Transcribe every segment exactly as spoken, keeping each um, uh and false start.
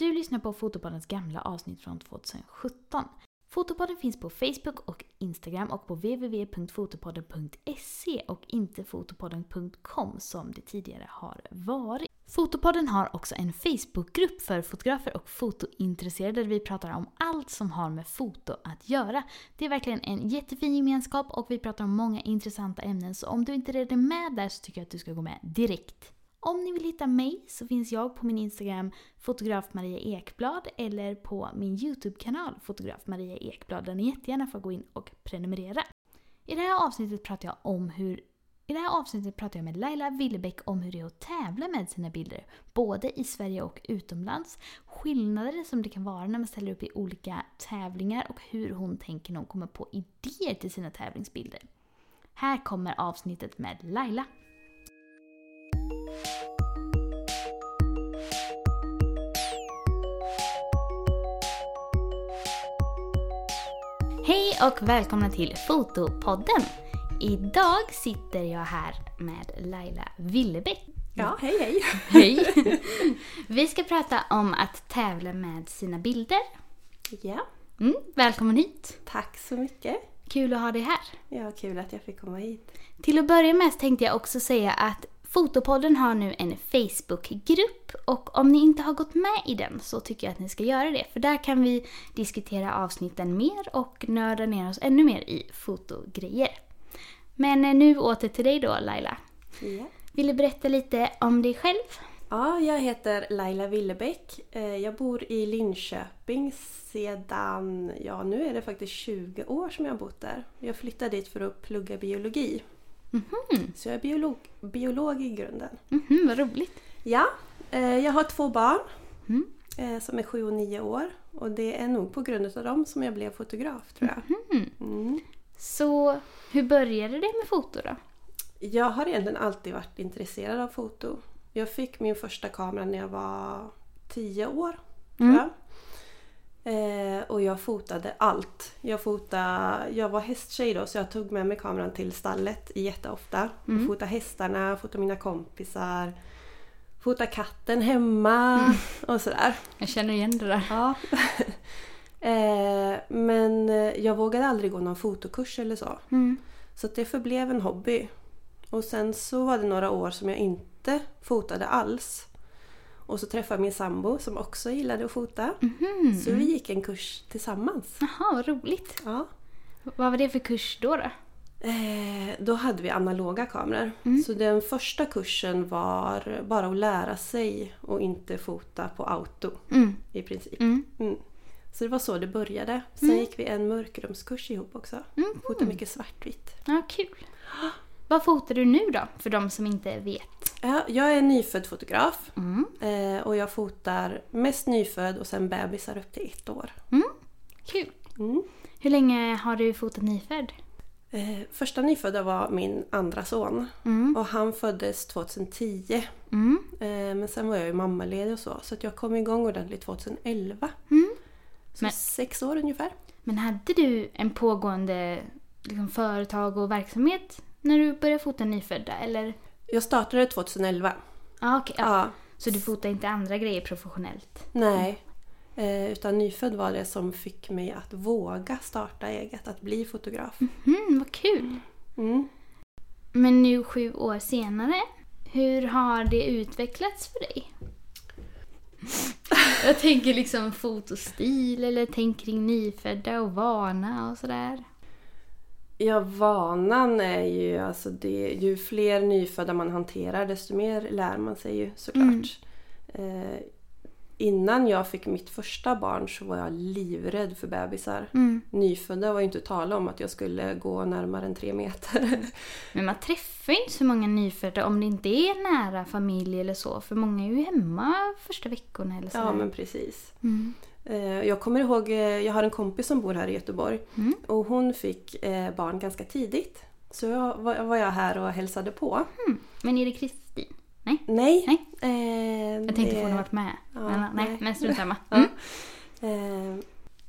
Du lyssnar på Fotopoddens gamla avsnitt från tjugosjutton. Fotopodden finns på Facebook och Instagram och på w w w punkt fotopodden punkt se och inte fotopodden punkt com som det tidigare har varit. Fotopodden har också en Facebookgrupp för fotografer och fotointresserade där vi pratar om allt som har med foto att göra. Det är verkligen en jättefin gemenskap och vi pratar om många intressanta ämnen, så om du inte redan är med där så tycker jag att du ska gå med direkt. Om ni vill hitta mig så finns jag på min Instagram fotograf Maria Ekblad eller på min YouTube-kanal fotograf Maria Ekblad, där ni jättegärna får gå in och prenumerera. I det här avsnittet pratar jag om hur I det här avsnittet pratar jag med Laila Willebäck om hur det är att tävla med sina bilder, både i Sverige och utomlands, skillnader som det kan vara när man ställer upp i olika tävlingar och hur hon tänker när hon kommer på idéer till sina tävlingsbilder. Här kommer avsnittet med Laila. Hej och välkomna till Fotopodden! Idag sitter jag här med Laila Willebäck. Ja, hej hej! Hej! Vi ska prata om att tävla med sina bilder. Ja. Mm, välkommen hit! Tack så mycket! Kul att ha dig här. Ja, kul att jag fick komma hit. Till att börja med tänkte jag också säga att Fotopodden har nu en Facebookgrupp, och om ni inte har gått med i den så tycker jag att ni ska göra det. För där kan vi diskutera avsnitten mer och nörda ner oss ännu mer i fotogrejer. Men nu åter till dig då, Laila. Ja. Vill du berätta lite om dig själv? Ja, jag heter Laila Willebäck. Jag bor i Linköping sedan, ja nu är det faktiskt tjugo år som jag har bott där. Jag flyttade dit för att plugga biologi. Mm-hmm. Så jag är biolog, biolog i grunden. Mm-hmm, vad roligt. Ja, jag har två barn mm. som är sju och nio år. Och det är nog på grund av dem som jag blev fotograf, tror jag. Mm-hmm. Mm. Så hur började det med foto då? Jag har egentligen alltid varit intresserad av foto. Jag fick min första kamera när jag var tio år, tror jag. Mm. Eh, och jag fotade allt. Jag, fotade, jag var hästtjej då, så jag tog med mig kameran till stallet jätteofta. Mm. Och fotade hästarna, fotade mina kompisar, fotade katten hemma mm. och sådär. Jag känner igen det där. Ja. eh, men jag vågade aldrig gå någon fotokurs eller så. Mm. Så det förblev en hobby. Och sen så var det några år som jag inte fotade alls. Och så träffade jag min sambo som också gillade att fota. Mm-hmm. Så vi gick en kurs tillsammans. Jaha, vad roligt. Ja. Vad var det för kurs då då? Eh, då hade vi analoga kameror. Mm. Så den första kursen var bara att lära sig och inte fota på auto. Mm. I princip. Mm. Mm. Så det var så det började. Sen mm. gick vi en mörkrumskurs ihop också. Mm. Fotade mycket svartvitt. Ja, kul. Vad fotar du nu då, för de som inte vet? Ja, jag är nyfödd fotograf. Mm. Eh, och jag fotar mest nyfödd och sen bebisar upp till ett år. Mm. Kul. Mm. Hur länge har du fotat nyfödd? Eh, första nyfödda var min andra son. Mm. Och han föddes tjugohundratio. Mm. Eh, men sen var jag ju mammaledig och så. Så att jag kom igång ordentligt tjugoelva. Mm. Så men, sex år ungefär. Men hade du en pågående liksom, företag och verksamhet när du började fota nyfödda, eller? Jag startade tjugoelva. Ah, okay, ja. Ja. Så du fotar inte andra grejer professionellt? Nej, eh, utan nyfödd var det som fick mig att våga starta eget, att bli fotograf. Mm, vad kul! Mm. Men nu sju år senare, hur har det utvecklats för dig? Jag tänker liksom fotostil, eller tänker kring nyfödda och vana och sådär. Ja, vanan är ju, alltså det, ju fler nyfödda man hanterar desto mer lär man sig ju såklart. Mm. Eh, innan jag fick mitt första barn så var jag livrädd för bebisar. Mm. Nyfödda var ju inte tala om att jag skulle gå närmare än tre meter. Men man träffar ju inte så många nyfödda om det inte är nära familj eller så. För många är ju hemma första veckorna eller så. Ja, men precis. Mm. Jag kommer ihåg, jag har en kompis som bor här i Göteborg. Mm. Och hon fick barn ganska tidigt. Så jag, var jag här och hälsade på. Mm. Men är det Kristin? Nej? Nej. nej. Eh, jag tänkte det... få hon varit med. Ja, men, nej, men strunt samma. Mm. Ja. Eh,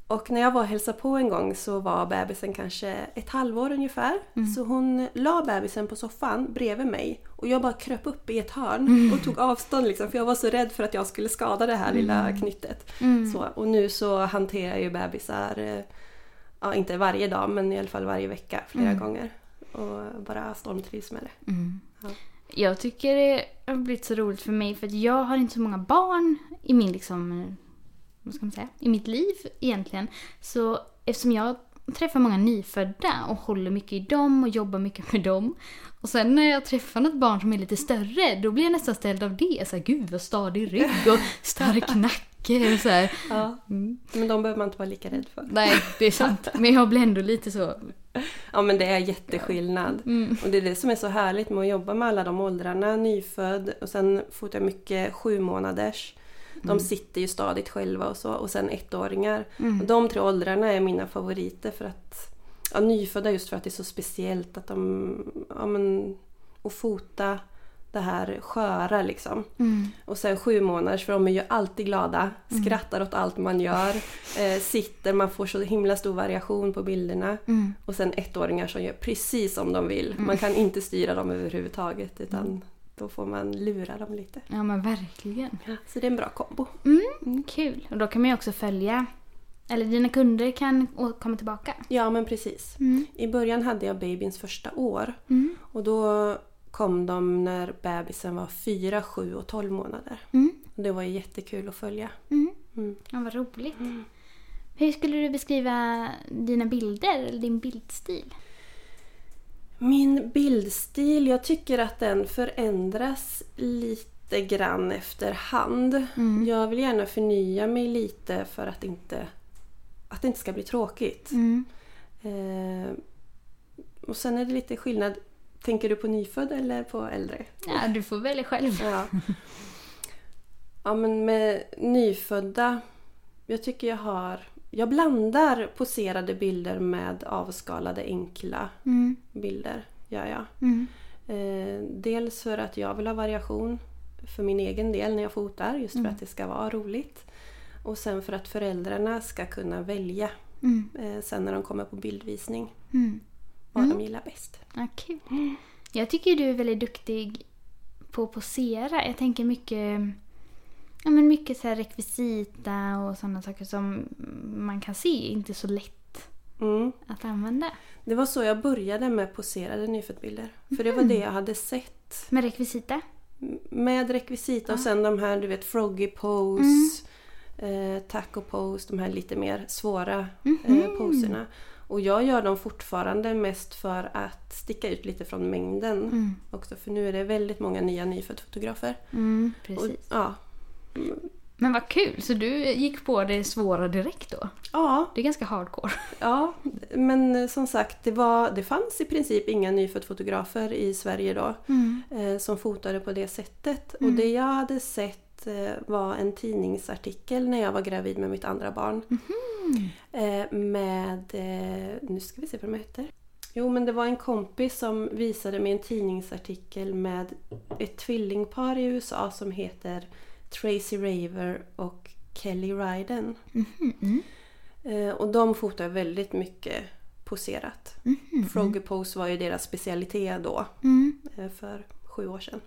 Och när jag var och hälsade på en gång så var bebisen kanske ett halvår ungefär. Mm. Så hon la bebisen på soffan bredvid mig. Och jag bara kröp upp i ett hörn mm. och tog avstånd liksom. För jag var så rädd för att jag skulle skada det här mm. lilla knyttet. Mm. Så, och nu så hanterar jag ju bebisar, ja, inte varje dag men i alla fall varje vecka flera mm. gånger. Och bara stormtrivs med det. Mm. Ja. Jag tycker det har blivit så roligt för mig för att jag har inte så många barn i min liksom, vad ska man säga, i mitt liv egentligen. Så eftersom jag träffar många nyfödda och håller mycket i dem och jobbar mycket med dem. Och sen när jag träffar något barn som är lite större, då blir jag nästan ställd av det. Så här, gud vad stadig rygg och stark nacke. Och så här. Ja, mm. Men de behöver man inte vara lika rädd för. Nej, det är sant. Men jag blir ändå lite så... Ja, men det är jätteskillnad. Mm. Och det är det som är så härligt med att jobba med alla de åldrarna. Nyfödd och sen fotar jag mycket sju månaders. De mm. sitter ju stadigt själva och så. Och sen ettåringar. Mm. Och de tre åldrarna är mina favoriter för att... Ja, nyfödda just för att det är så speciellt att de... Ja, men... Och fota det här sköra liksom. Mm. Och sen sju månaders för de är ju alltid glada. Skrattar mm. åt allt man gör. Eh, sitter, man får så himla stor variation på bilderna. Mm. Och sen ettåringar som gör precis som de vill. Mm. Man kan inte styra dem överhuvudtaget utan... Mm. Då får man lura dem lite. Ja, men verkligen. Ja, så det är en bra kombo. Mm, mm. Kul. Och då kan man ju också följa... Eller dina kunder kan komma tillbaka. Ja, men precis. Mm. I början hade jag babyns första år. Mm. Och då kom de när bebisen var fyra, sju och tolv månader. Mm. Och det var ju jättekul att följa. Mm. Mm. Ja, vad roligt. Mm. Hur skulle du beskriva dina bilder eller din bildstil? Min bildstil, jag tycker att den förändras lite grann efterhand. Mm. Jag vill gärna förnya mig lite för att inte, att det inte ska bli tråkigt. Mm. Eh, och sen är det lite skillnad. Tänker du på nyfödd eller på äldre? Ja, du får välja själv. Ja, ja men med nyfödda, jag tycker jag har... Jag blandar poserade bilder med avskalade enkla mm. bilder. Ja, ja. Mm. Eh, dels för att jag vill ha variation för min egen del när jag fotar. Just för mm. att det ska vara roligt. Och sen för att föräldrarna ska kunna välja mm. eh, sen när de kommer på bildvisning. Mm. Vad mm. de gillar bäst. Ja, kul. Jag tycker du är väldigt duktig på att posera. Jag tänker mycket... Ja, men mycket så här rekvisita och sådana saker som man kan se inte så lätt mm. att använda. Det var så jag började med poserade nyföddbilder. För det var det jag hade sett. Med rekvisita? Med rekvisita och sen de här, du vet, froggy pose, mm. eh, taco pose, de här lite mer svåra mm-hmm. eh, poserna. Och jag gör dem fortfarande mest för att sticka ut lite från mängden mm. också. För nu är det väldigt många nya nyföddfotografer. Mm, precis. Och, ja. Men vad kul, så du gick på det svåra direkt då? Ja. Det är ganska hardcore. Ja, men som sagt, det, var, det fanns i princip inga nyföddfotografer i Sverige då mm. eh, som fotade på det sättet. Mm. Och det jag hade sett eh, var en tidningsartikel när jag var gravid med mitt andra barn. Mm. Eh, med, eh, nu ska vi se vad de heter. Jo, men det var en kompis som visade mig en tidningsartikel med ett tvillingpar i U S A som heter Tracy Raver och Kelly Ryden. Mm-hmm. Eh, och de fotar väldigt mycket poserat. Mm-hmm. Froggy pose var ju deras specialitet då. Mm. Eh, för sju år sedan.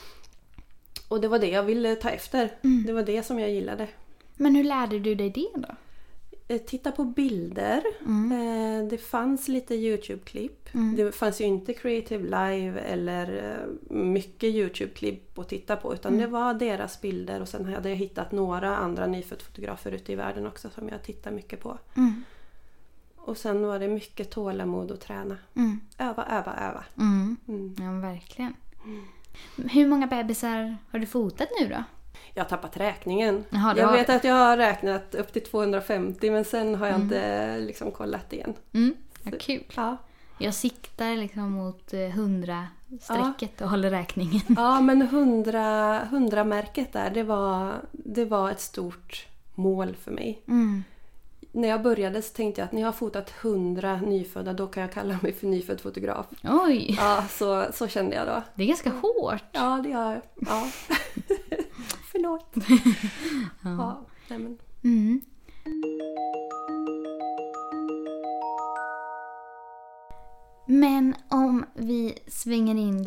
Och det var det jag ville ta efter. Mm. Det var det som jag gillade. Men hur lärde du dig det då? Titta på bilder. Mm. Det fanns lite YouTube-klipp. Mm. Det fanns ju inte Creative Live eller mycket YouTube-klipp att titta på. Utan mm. det var deras bilder. Och sen hade jag hittat några andra nyföddfotografer ute i världen också som jag tittar mycket på. Mm. Och sen var det mycket tålamod och träna. Mm. Öva, öva, öva. Mm. Mm. Ja, verkligen. Mm. Hur många bebisar har du fotat nu då? Jag har tappat räkningen. Jaha, jag har... vet att jag har räknat upp till tvåhundrafemtio men sen har jag mm. inte liksom kollat igen. Mm. Ja, kul. Ja. Jag siktar liksom mot hundra-strecket ja. Och håller räkningen. Ja, men hundra, hundra-märket där, det var, det var ett stort mål för mig. Mm. När jag började så tänkte jag att när jag har fotat hundra nyfödda, då kan jag kalla mig för nyfödd fotograf. Oj! Ja, så, så kände jag då. Det är ganska hårt. Ja, det gör jag. Ja. Förlåt. Ja. Ja, nej men. Mm.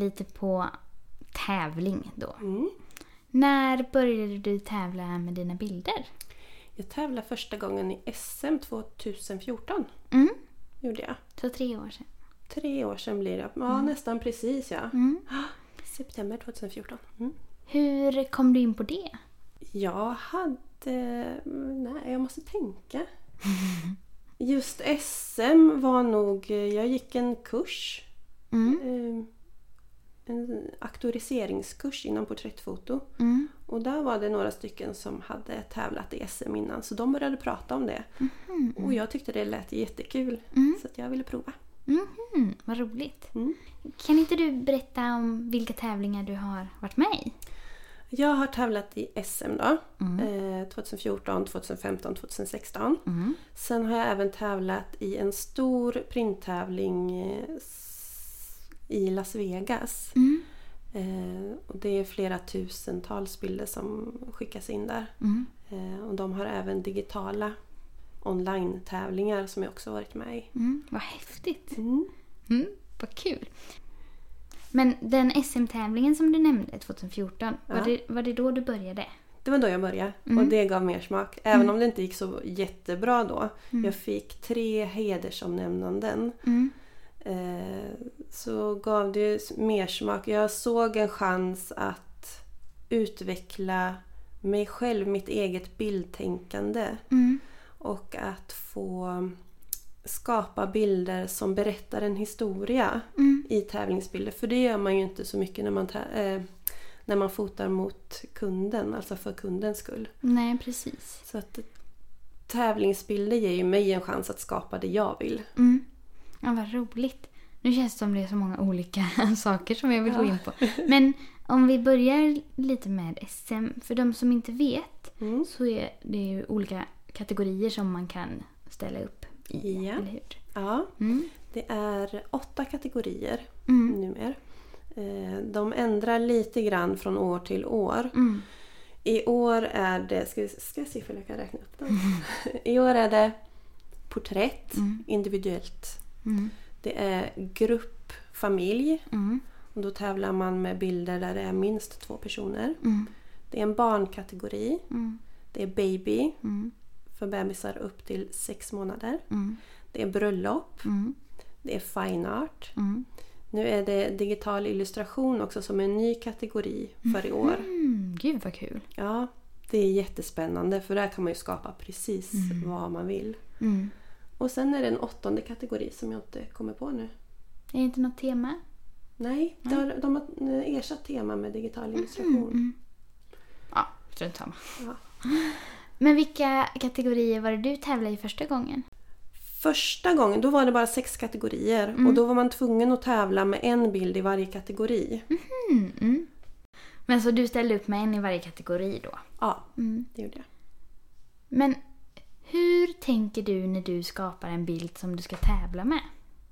lite på tävling då. Mm. När började du tävla med dina bilder? Jag tävlade första gången i S M tjugohundrafjorton. Mm. Gjorde jag. Så tre år sedan. Tre år sedan blir det. Ja, mm. nästan precis ja. Mm. September tjugohundrafjorton. Mm. Hur kom du in på det? Jag hade... Nej, jag måste tänka. Just S M var nog... Jag gick en kurs. Mm. En auktoriseringskurs inom porträttfoto. Mm. Och där var det några stycken som hade tävlat i S M innan. Så de började prata om det. Mm. Och jag tyckte det lät jättekul. Mm. Så att jag ville prova. Mm. Vad roligt. Mm. Kan inte du berätta om vilka tävlingar du har varit med i? Jag har tävlat i S M då. Mm. Eh, tjugohundrafjorton, tjugohundrafemton, tjugohundrasexton. Mm. Sen har jag även tävlat i en stor printtävling i Las Vegas. Mm. Eh, och det är flera tusentals bilder som skickas in där. Mm. Eh, och de har även digitala online-tävlingar som jag också varit med i. Mm. Vad häftigt. Mm. Mm. Vad kul. Men den S M-tävlingen som du nämnde tjugohundrafjorton, Ja. var, det, var det då du började? Det var då jag började. Mm. Och det gav mer smak. Även Mm. om det inte gick så jättebra då. Mm. Jag fick tre hedersomnämnanden. Mm. Eh, så gav det mer smak. Jag såg en chans att utveckla mig själv, mitt eget bildtänkande. Mm. Och att få skapa bilder som berättar en historia Mm. i tävlingsbilder. För det gör man ju inte så mycket när man, tä- eh, när man fotar mot kunden, alltså för kundens skull. Nej, precis. Så att tävlingsbilder ger ju mig en chans att skapa det jag vill. Mm. Ja, vad roligt. Nu känns det som det är så många olika saker som jag vill gå Ja. in på. Men om vi börjar lite med S M. För de som inte vet Mm. så är det ju olika kategorier som man kan ställa upp i. Ja. Eller hur? Ja, Mm. det är åtta kategorier Mm. numera. Eh, De ändrar lite grann från år till år. Mm. I år är det... Ska, vi, ska jag se om jag kan räkna upp dem? I år är det porträtt, Mm. individuellt. Mm. Det är grupp, familj. Mm. Och då tävlar man med bilder där det är minst två personer. Mm. Det är en barnkategori. Mm. Det är baby, Mm. för bebisar upp till sex månader. Mm. Det är bröllop. Mm. Det är fine art. Mm. Nu är det digital illustration också som en ny kategori för i år. Mm. Gud vad kul. Ja, det är jättespännande för där kan man ju skapa precis Mm. vad man vill. Mm. Och sen är det en åttonde kategori som jag inte kommer på nu. Är det inte något tema? Nej, de har, de har ersatt tema med digital illustration. Mm. Ja, strunt samma. Ja. Men vilka kategorier var det du tävlade i första gången? Första gången då var det bara sex kategorier Mm. och då var man tvungen att tävla med en bild i varje kategori. Mm. Mm. Men så du ställde upp med en i varje kategori då? Ja, Mm. det gjorde jag. Men hur tänker du när du skapar en bild som du ska tävla med?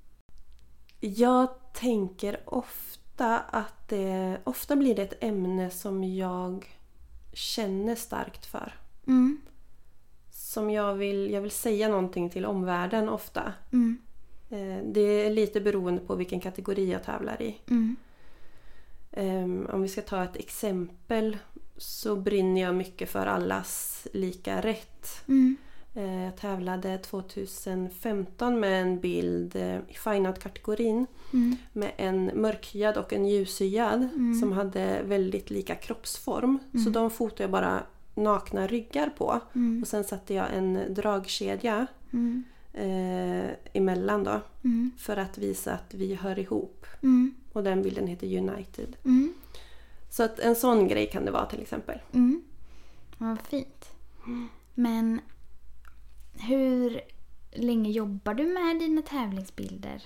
Jag tänker ofta att det, ofta blir det ett ämne som jag känner starkt för. Mm. Som jag vill, jag vill säga någonting till omvärlden ofta. Mm. Eh, Det är lite beroende på vilken kategori jag tävlar i. Mm. Um, om vi ska ta ett exempel så brinner jag mycket för allas lika rätt. Mm. Uh, jag tävlade tjugohundrafemton med en bild uh, i fine art-kategorin Mm. med en mörkhyad och en ljushyad Mm. som hade väldigt lika kroppsform. Mm. Så de fotade jag bara nakna ryggar på. Mm. Och sen satte jag en dragkedja Mm. uh, emellan då Mm. för att visa att vi hör ihop. Mm. Och den bilden heter United. Mm. Så att en sån grej kan det vara till exempel. Mm. Vad fint. Men hur länge jobbar du med dina tävlingsbilder?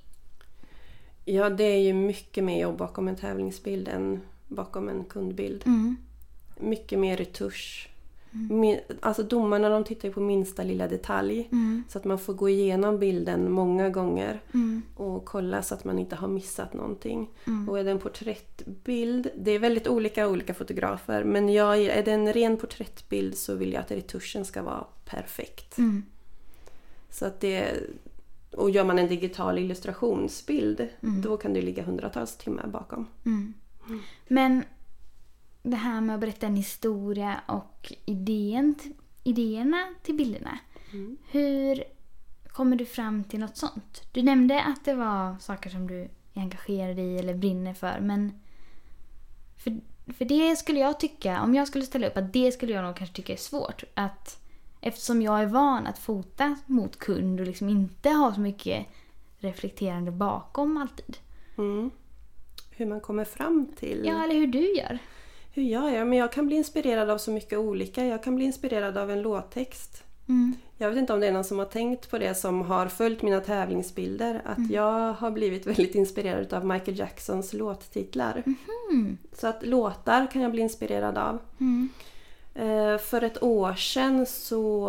Ja, det är ju mycket mer jobb bakom en tävlingsbild än bakom en kundbild. Mm. Mycket mer retusch. Mm. Min, alltså domarna de tittar ju på minsta lilla detalj. Mm. Så att man får gå igenom bilden många gånger. Mm. Och kolla så att man inte har missat någonting. Mm. Och är det en porträttbild, det är väldigt olika olika fotografer. Men jag, är det en ren porträttbild så vill jag att retuschen ska vara perfekt. Mm. Så att det, och gör man en digital illustrationsbild, Mm. då kan det ligga hundratals timmar bakom. Mm. Men det här med att berätta en historia och idén, idéerna till bilderna. Mm. Hur kommer du fram till något sånt? Du nämnde att det var saker som du är engagerad i eller brinner för. Men för, för det skulle jag tycka, om jag skulle ställa upp, att det skulle jag nog kanske tycka är svårt. Att, eftersom jag är van att fota mot kund och liksom inte ha så mycket reflekterande bakom alltid. Mm. Hur man kommer fram till... Ja, eller hur du gör. Hur jag gör? Men jag kan bli inspirerad av så mycket olika. Jag kan bli inspirerad av en låttext. Mm. Jag vet inte om det är någon som har tänkt på det som har följt mina tävlingsbilder. Att mm. jag har blivit väldigt inspirerad av Michael Jacksons låttitlar. Mm. Så att låtar kan jag bli inspirerad av. Mm. Eh, för ett år sedan så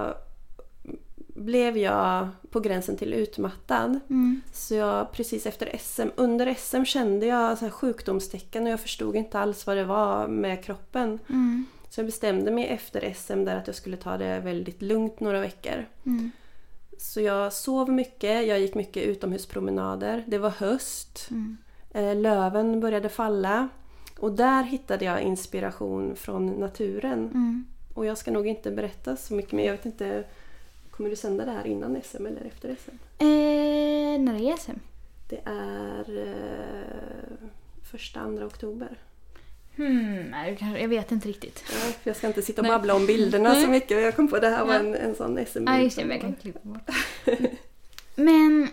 blev jag på gränsen till utmattad. Mm. Så jag precis efter S M, under S M kände jag så här sjukdomstecken och jag förstod inte alls vad det var med kroppen. Mm. Så jag bestämde mig efter S M där att jag skulle ta det väldigt lugnt några veckor. Mm. Så jag sov mycket, jag gick mycket utomhuspromenader. Det var höst, Mm. eh, löven började falla. Och där hittade jag inspiration från naturen. Mm. Och jag ska nog inte berätta så mycket, men jag vet inte, kommer du sända det här innan S M eller efter S M? Eh, när är S M? Det är eh, första, andra oktober. Hmm, nej, kanske, jag vet inte riktigt. Ja, för jag ska inte sitta och Nej. babbla om bilderna så mycket. Jag kom på det här var Ja. en, en sån S M-bild. Ja, just det, jag kan klippa bort. Men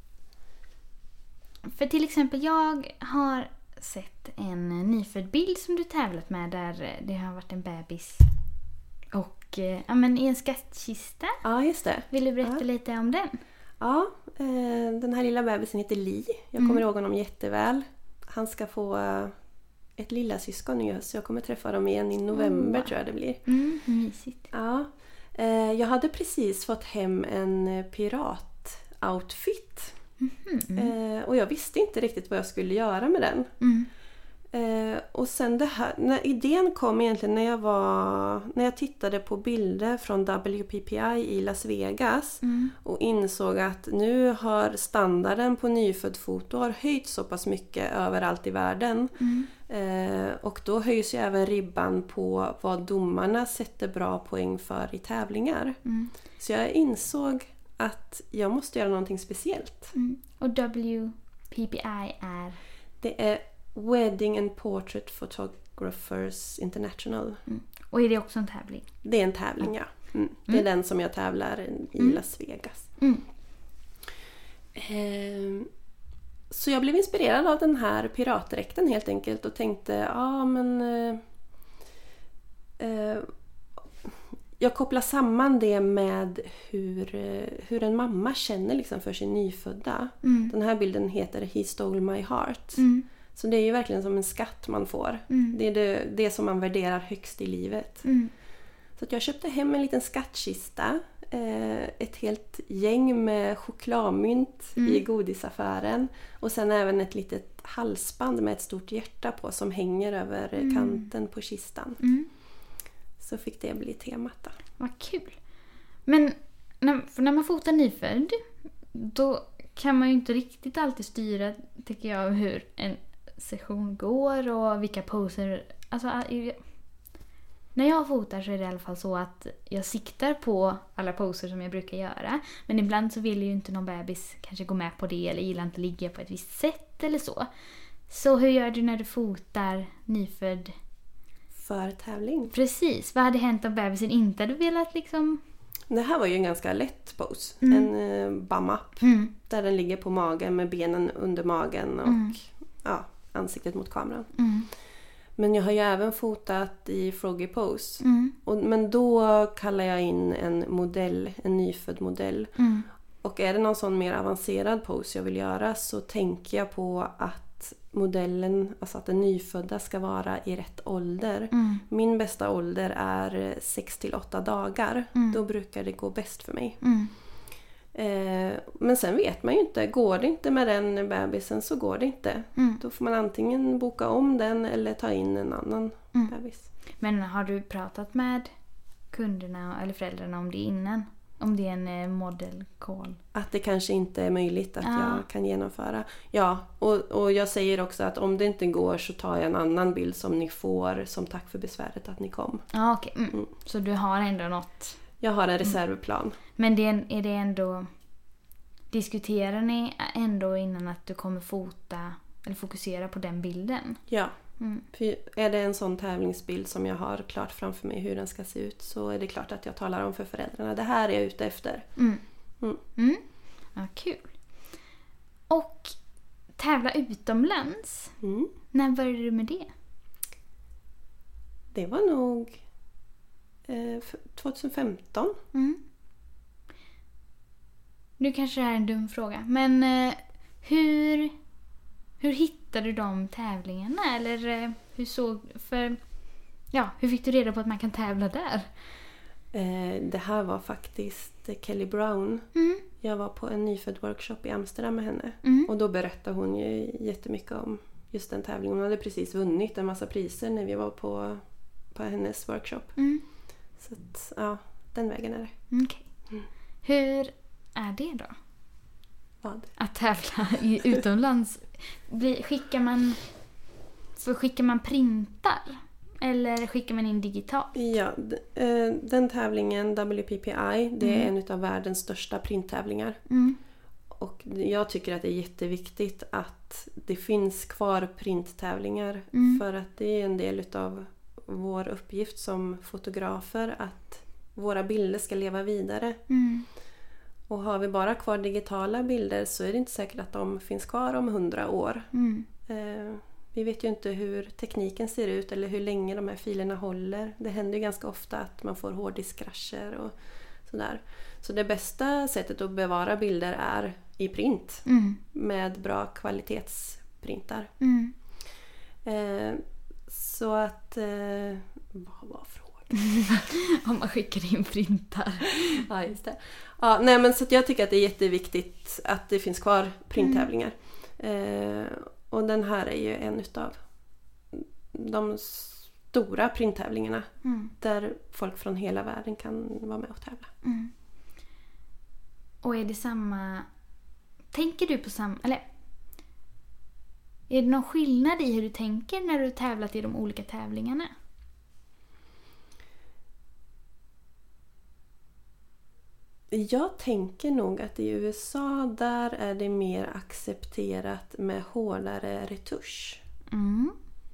för till exempel jag har sett en nyfödd bild som du tävlat med där det har varit en bebis och eh, ja, men i en skattkista. Ja, just det. Vill du berätta Ja. lite om den? Ja, eh, den här lilla bebisen heter Li. Jag kommer ihåg honom jätteväl. Han ska få eh, ett lilla syskon nu, så jag kommer träffa dem igen i november Oh. tror jag det blir. Mm, mysigt. Ja, eh, jag hade precis fått hem en pirat-outfit. Mm. Eh, och jag visste inte riktigt vad jag skulle göra med den. Mm. Eh, och sen det här, när idén kom egentligen när jag var när jag tittade på bilder från W P P I i Las Vegas Mm. och insåg att nu har standarden på nyfödd foto har höjt så pass mycket överallt i världen. Mm. Eh, och då höjs ju även ribban på vad domarna sätter bra poäng för i tävlingar. Mm. Så jag insåg att jag måste göra någonting speciellt. Mm. Och W P P I är? Det är Wedding and Portrait Photographers International. Mm. Och är det också en tävling? Det är en tävling, ja. Mm. Det är Mm. den som jag tävlar i Mm. Las Vegas. Mm. Ehm, så jag blev inspirerad av den här piratdräkten helt enkelt och tänkte, ja men... Eh, eh, jag kopplar samman det med hur, eh, hur en mamma känner liksom för sin nyfödda. Mm. Den här bilden heter He Stole My Heart. Mm. Så det är ju verkligen som en skatt man får. Mm. Det är det, det som man värderar högst i livet. Mm. Så att jag köpte hem en liten skattkista. Eh, ett helt gäng med chokladmynt Mm. i godisaffären. Och sen även ett litet halsband med ett stort hjärta på som hänger över Mm. kanten på kistan. Mm. Så fick det bli temat då. Vad kul. Men när, för när man fotar nyfödd, då kan man ju inte riktigt alltid styra, tycker jag, hur en session går och vilka poser. Alltså, när jag fotar så är det i alla fall så att jag siktar på alla poser som jag brukar göra. Men ibland så vill ju inte någon bebis kanske gå med på det eller gillar inte ligga på ett visst sätt eller så. Så hur gör du när du fotar nyfödd? För tävling. Precis. Vad hade hänt om bebisen inte hade velat liksom... Det här var ju en ganska lätt pose. Mm. En eh, bum-up. Mm. Där den ligger på magen med benen under magen och Mm. ja, ansiktet mot kameran. Mm. Men jag har ju även fotat i froggy pose. Mm. Och, men då kallar jag in en modell, en nyfödd modell. Mm. Och är det någon sån mer avancerad pose jag vill göra så tänker jag på att modellen, alltså att den nyfödda ska vara i rätt ålder. Mm. Min bästa ålder är sex till åtta dagar. Mm. Då brukar det gå bäst för mig. Mm. Eh, men sen vet man ju inte. Går det inte med den bebisen så går det inte. Mm. Då får man antingen boka om den eller ta in en annan Mm. bebis. Men har du pratat med kunderna eller föräldrarna om det innan? Om det är en eh, model call. Att det kanske inte är möjligt att Ja. jag kan genomföra. Ja, och, och jag säger också att om det inte går så tar jag en annan bild som ni får som tack för besväret att ni kom. Ja, okej. Mm. Mm. Så du har ändå något. Jag har en reservplan. Men det är, är det ändå... Diskuterar ni ändå innan att du kommer fota eller fokusera på den bilden? Ja. Mm. För är det en sån tävlingsbild som jag har klart framför mig hur den ska se ut så är det klart att jag talar om för föräldrarna. Det här är jag ute efter. Mm. Mm. Mm. Ja, kul. Och tävla utomlands. Mm. När började du med det? Det var nog eh, tjugohundrafemton. Mm. Nu kanske det här är en dum fråga. Men eh, hur, hur hittade du de tävlingarna? Eller eh, hur såg... För, ja, hur fick du reda på att man kan tävla där? Eh, det här var faktiskt Kelly Brown. Mm. Jag var på en nyfödd workshop i Amsterdam med henne. Mm. Och då berättade hon ju jättemycket om just den tävlingen. Hon hade precis vunnit en massa priser när vi var på, på hennes workshop. Mm. Så att, ja, den vägen är det. Okej. Mm. Hur är det då? Vad? Att tävla i utomlands? Blir, skickar man... Så skickar man printar? Eller skickar man in digitalt? Ja, d- eh, den tävlingen, W P P I, det är Mm. en av världens största printtävlingar. Mm. Och jag tycker att det är jätteviktigt att det finns kvar printtävlingar. Mm. För att det är en del av vår uppgift som fotografer att våra bilder ska leva vidare. Mm. Och har vi bara kvar digitala bilder så är det inte säkert att de finns kvar om hundra år. Mm. Eh, vi vet ju inte hur tekniken ser ut eller hur länge de här filerna håller. Det händer ju ganska ofta att man får hårddiskkrascher och sådär. Så det bästa sättet att bevara bilder är i print Mm. med bra kvalitetsprintar. Mm. Eh, så att... Eh, vad var frågan? Om man skickar in printar. Ja, just det. Ja, nej, men så att jag tycker att det är jätteviktigt att det finns kvar printtävlingar. Eh, och den här är ju en utav de stora printtävlingarna Mm. där folk från hela världen kan vara med och tävla. Mm. Och är det samma... Tänker du på samma... Eller... Är det någon skillnad i hur du tänker när du tävlat i de olika tävlingarna? Jag tänker nog att i U S A där är det mer accepterat med hårdare retusch. Mm.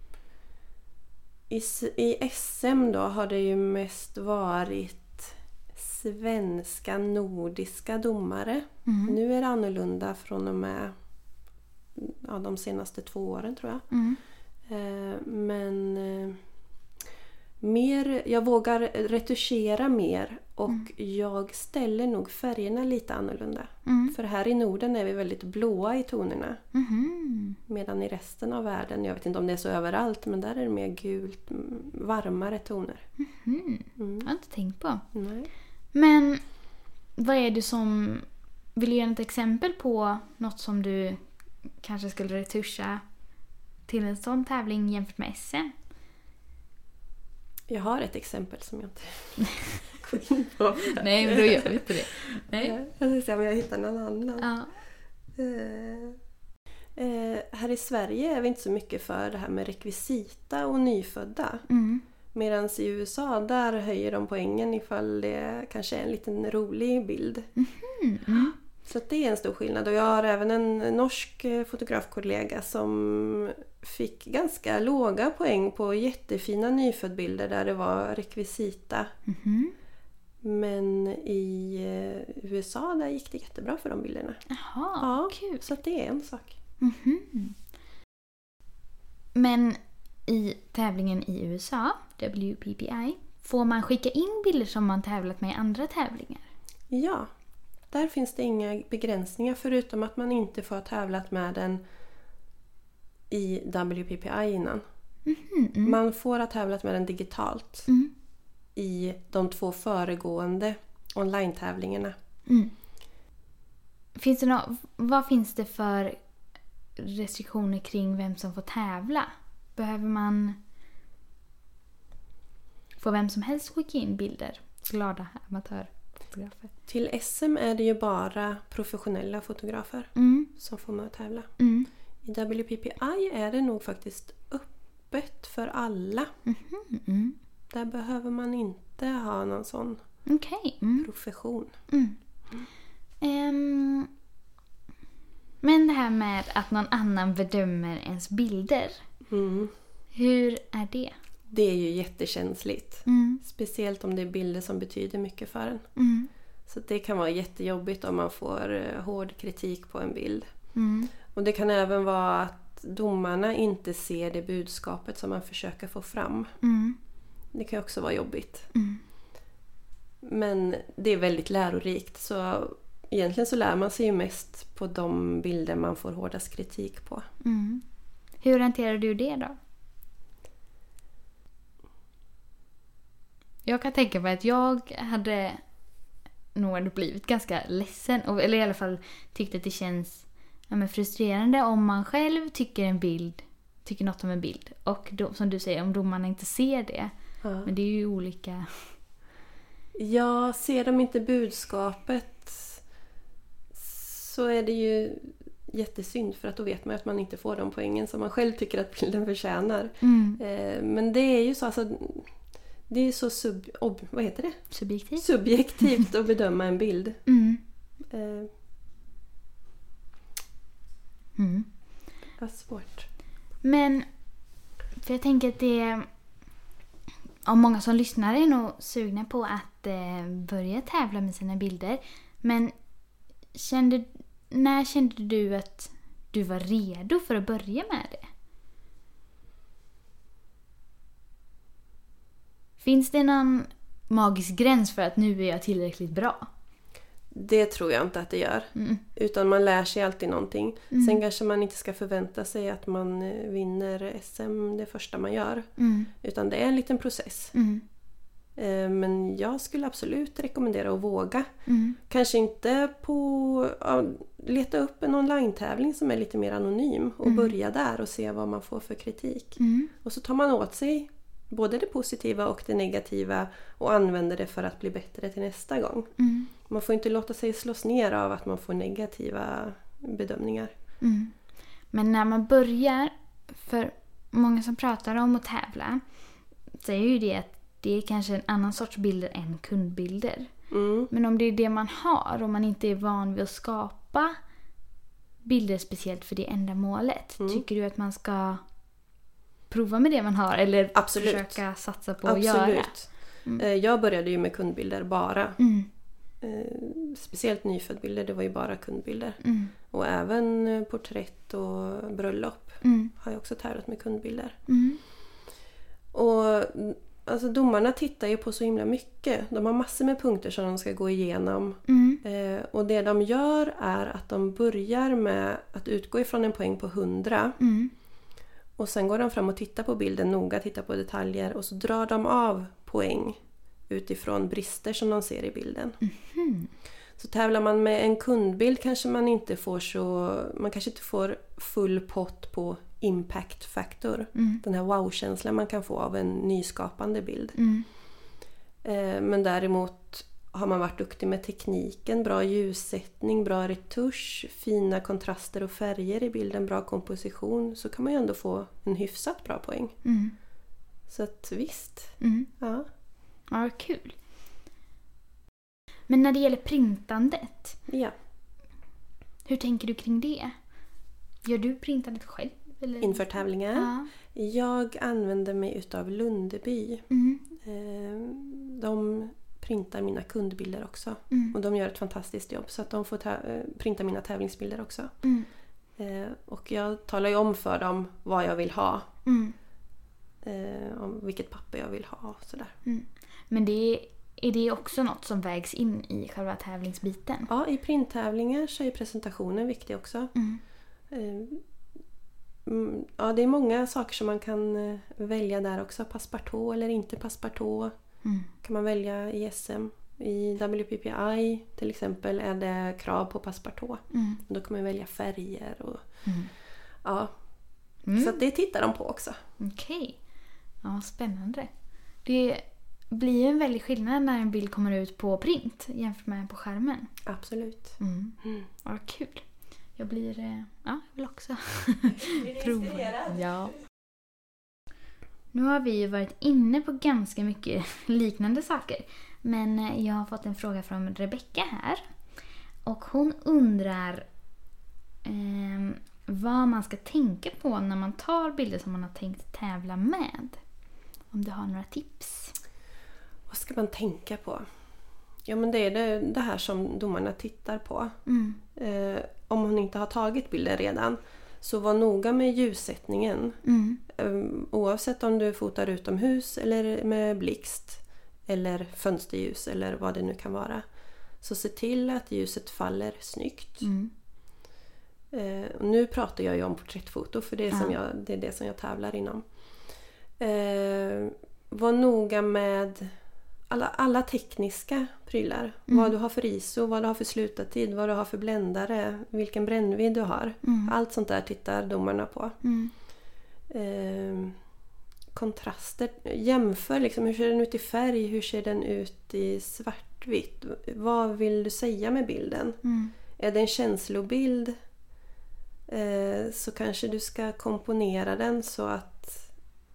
I, s- I S M då har det ju mest varit svenska, nordiska domare. Mm. Nu är det annorlunda från och med ja, de senaste två åren tror jag. Mm. Eh, men eh, mer, jag vågar retuschera mer och Mm. jag ställer nog färgerna lite annorlunda. Mm. För här i Norden är vi väldigt blåa i tonerna. Mhm. Medan i resten av världen, jag vet inte om det är så överallt, men där är det mer gult, mm, varmare toner. Mhm. Mm. Jag har inte tänkt på. Nej. Men vad är det som... Vill du ge ett exempel på något som du kanske skulle retuscha till en sån tävling jämfört med S M? Jag har ett exempel som jag inte går in på. Nej, men då gör vi inte det. Nej. Jag ska se om jag hittar någon annan. Ja. Eh, eh, här i Sverige är vi inte så mycket för det här med rekvisita och nyfödda. Mm. Medan i U S A där höjer de poängen ifall det kanske är en liten rolig bild. Mm. Mm. Så att det är en stor skillnad. Och jag har även en norsk eh, fotografkollega som fick ganska låga poäng på jättefina nyföddbilder där det var rekvisita. Mhm. Men i eh, U S A där gick det jättebra för de bilderna. Jaha, Ja, kul. så att det är en sak. Mhm. Men i tävlingen i U S A, W P P I, får man skicka in bilder som man tävlat med i andra tävlingar? Ja, där finns det inga begränsningar förutom att man inte får ha tävlat med den i W P P I innan. Mhm. Mm. Man får ha tävlat med den digitalt Mm. i de två föregående online-tävlingarna. Mm. Finns det nå- vad finns det för restriktioner kring vem som får tävla? Behöver man... Får vem som helst skicka in bilder? Glada amatörer. fotografer? Till S M är det ju bara professionella fotografer Mm. som får med att tävla. Mm. I W P P I är det nog faktiskt öppet för alla. Mm-hmm. Mm. Där behöver man inte ha någon sån Okej. Mm. profession. Mm. Um, men det här med att någon annan bedömer ens bilder. Mm. Hur är det? Det är ju jättekänsligt. Mm. Speciellt om det är bilder som betyder mycket för en. Mm. Så det kan vara jättejobbigt om man får eh, hård kritik på en bild. Mm. Och det kan även vara att domarna inte ser det budskapet som man försöker få fram. Mm. Det kan också vara jobbigt. Mm. Men det är väldigt lärorikt. Så egentligen så lär man sig ju mest på de bilder man får hårdast kritik på. Mm. Hur hanterar du det då? Jag kan tänka mig att jag hade nog blivit ganska ledsen. Eller i alla fall tyckt att det känns ja, men frustrerande om man själv tycker en bild, tycker något om en bild. Och då, som du säger, om domarna inte ser det. Ja. Men det är ju olika. Ja, ser de inte budskapet så är det ju jättesynd, för att då vet man att man inte får de poängen som man själv tycker att bilden förtjänar. Mm. Eh, men det är ju så, alltså, det är så sub, ob, vad heter det? Subjektivt. Subjektivt att bedöma en bild. Mm. Eh, Mm. det är svårt. Men, för jag tänker att det är, om många som lyssnar är nog sugna på att eh, börja tävla med sina bilder. Men kände, när kände du att du var redo för att börja med det? Finns det någon magisk gräns för att nu är jag tillräckligt bra? Det tror jag inte att det gör. Mm. Utan man lär sig alltid någonting. Mm. Sen kanske man inte ska förvänta sig att man eh, vinner S M det första man gör. Mm. Utan det är en liten process. Mm. Eh, men jag skulle absolut rekommendera att våga. Mm. Kanske inte på ja, leta upp en online-tävling som är lite mer anonym. Och Mm. börja där och se vad man får för kritik. Mm. Och så tar man åt sig både det positiva och det negativa och använder det för att bli bättre till nästa gång. Mm. Man får inte låta sig slås ner av att man får negativa bedömningar. Mm. Men när man börjar, för många som pratar om att tävla säger ju det att det är kanske en annan sorts bilder än kundbilder. Mm. Men om det är det man har och man inte är van vid att skapa bilder speciellt för det ändamålet, Mm. tycker du att man ska prova med det man har eller Absolut. försöka satsa på att göra? Absolut. Mm. Jag började ju med kundbilder bara. Mm. Speciellt nyföddbilder, det var ju bara kundbilder. Mm. Och även porträtt och bröllop Mm. har jag också tävlat med kundbilder. Mm. Och alltså, domarna tittar ju på så himla mycket. De har massor med punkter som de ska gå igenom. Mm. Eh, och det de gör är att de börjar med att utgå ifrån en poäng på hundra. Mm. Och sen går de fram och tittar på bilden noga, tittar på detaljer. Och så drar de av poäng utifrån brister som de ser i bilden. Mm. Så tävlar man med en kundbild kanske man inte får så... Man kanske inte får full pott på impact factor. Mm. Den här wow-känslan man kan få av en nyskapande bild. Mm. Eh, men däremot har man varit duktig med tekniken, bra ljussättning, bra retusch, fina kontraster och färger i bilden, bra komposition, så kan man ju ändå få en hyfsat bra poäng. Mm. Så att visst, Mm. ja. Ja, kul. Men när det gäller printandet, ja. hur tänker du kring det? Gör du printandet själv? Eller? Inför tävlingar. Ja. Jag använder mig utav Lundeby. Mm. Eh, de printar mina kundbilder också. Mm. Och de gör ett fantastiskt jobb så att de får ta- eh, printa mina tävlingsbilder också. Mm. Eh, och jag talar ju om för dem vad jag vill ha. Mm. Eh, om vilket papper jag vill ha och sådär. Mm. Men det är, är det också något som vägs in i själva tävlingsbiten? Ja, i printtävlingar så är presentationen viktig också. Mm. Eh, mm, ja, det är många saker som man kan eh, välja där också. Passepartout eller inte passepartout Mm. kan man välja i S M. I W P P I till exempel är det krav på passepartout. Mm. Då kan man välja färger och Mm. ja. Mm. Så att det tittar de på också. Okej. Ja, spännande. Det, blir ju en väldig skillnad när en bild kommer ut på print jämfört med på skärmen. Absolut. Mm. Mm. Ja, kul. Jag blir, eh, ja, jag vill också Blir prova. inspirerad. Ja. Nu har vi ju varit inne på ganska mycket liknande saker. Men eh, jag har fått en fråga från Rebecca här. Och hon undrar eh, vad man ska tänka på när man tar bilder som man har tänkt tävla med. Om du har några tips. Vad ska man tänka på? Ja, men det är det, det här som domarna tittar på. Mm. Eh, om hon inte har tagit bilder redan, så var noga med ljussättningen. Mm. Eh, oavsett om du fotar utomhus eller med blixt eller fönsterljus eller vad det nu kan vara. Så se till att ljuset faller snyggt. Mm. Eh, och nu pratar jag ju om porträttfoto, för det är, Ja. som jag, det är det som jag tävlar inom. Eh, var noga med alla, alla tekniska prylar. Mm. Vad du har för I S O, vad du har för slutartid, vad du har för bländare, vilken brännvidd du har. Mm. Allt sånt där tittar domarna på. Mm. Eh, kontraster. Jämför liksom, hur ser den ut i färg, hur ser den ut i svartvitt. Vad vill du säga med bilden? Mm. Är det en känslobild, eh, så kanske du ska komponera den så att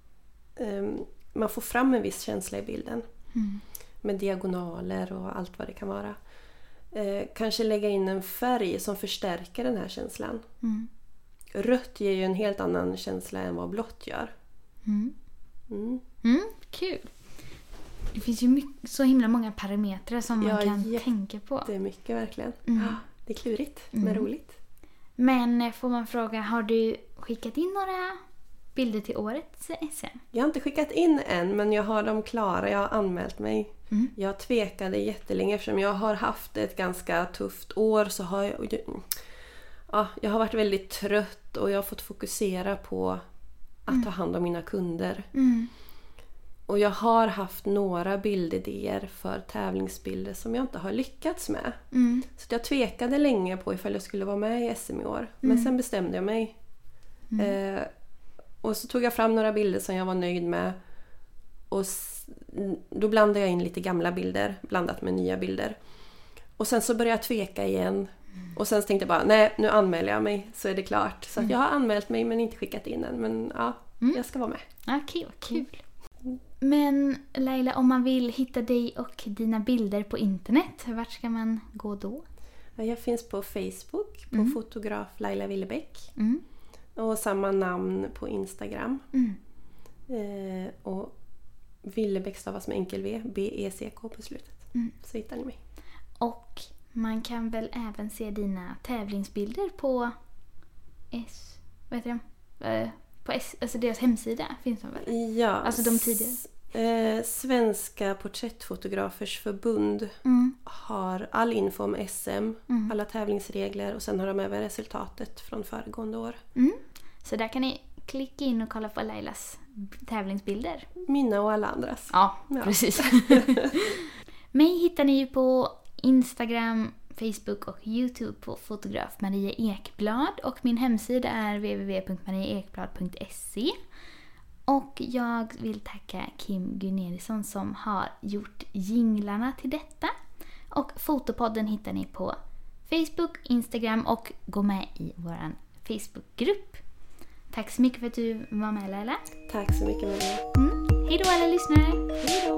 eh, man får fram en viss känsla i bilden. Mm. Med diagonaler och allt vad det kan vara. Eh, kanske lägga in en färg som förstärker den här känslan. Mm. Rött ger ju en helt annan känsla än vad blått gör. Mm. Mm. Mm, kul. Det finns ju mycket, så himla många parametrar som man Ja, kan jätte- tänka på. Det är mycket verkligen. Mm. Ja, det är klurigt men Mm. roligt. Men eh, får man fråga, har du skickat in några bilder till årets S M? Jag har inte skickat in än, men jag har dem klara. Jag har anmält mig. Mm. Jag tvekade jättelänge eftersom jag har haft ett ganska tufft år. Så har jag, ja, jag har varit väldigt trött och jag har fått fokusera på att Mm. ta hand om mina kunder. Mm. Och jag har haft några bildidéer för tävlingsbilder som jag inte har lyckats med. Mm. Så jag tvekade länge på ifall jag skulle vara med i S M i år. Men Mm. sen bestämde jag mig. Mm. Eh, och så tog jag fram några bilder som jag var nöjd med. Och s- då blandade jag in lite gamla bilder blandat med nya bilder. Och sen så började jag tveka igen. Och sen så tänkte jag bara, nej, nu anmäler jag mig så är det klart. Så att jag har anmält mig men inte skickat in än. Men ja, Mm. jag ska vara med. Okej, vad kul. Men Laila, om man vill hitta dig och dina bilder på internet, vart ska man gå då? Ja, jag finns på Facebook på Mm. fotograf Laila Willebäck. Mm. Och samma namn på Instagram. Mm. Eh, och Willebäck stavas med enkel V, B E C K på slutet. Mm. Så hittar ni mig. Och man kan väl även se dina tävlingsbilder på S... Vad heter de? Eh, På S, alltså deras hemsida finns de väl? Ja, Alltså de tidigare. s- Eh, Svenska porträttfotografers förbund Mm. har all info om S M, Mm. alla tävlingsregler och sen har de även resultatet från föregående år. Mm. Så där kan ni klicka in och kolla på Lailas tävlingsbilder. Mina och alla andras. Ja, Ja. precis. Mig hittar ni ju på Instagram, Facebook och YouTube på fotograf Maria Ekblad. Och min hemsida är w w w punkt maria ekblad punkt se. Och jag vill tacka Kim Gunnarsson som har gjort jinglarna till detta. Och Fotopodden hittar ni på Facebook, Instagram och gå med i vår Facebookgrupp. Tack så mycket för att du var med, Laila. Tack så mycket, Maria. Mm. Hej då alla lyssnare! Hej då!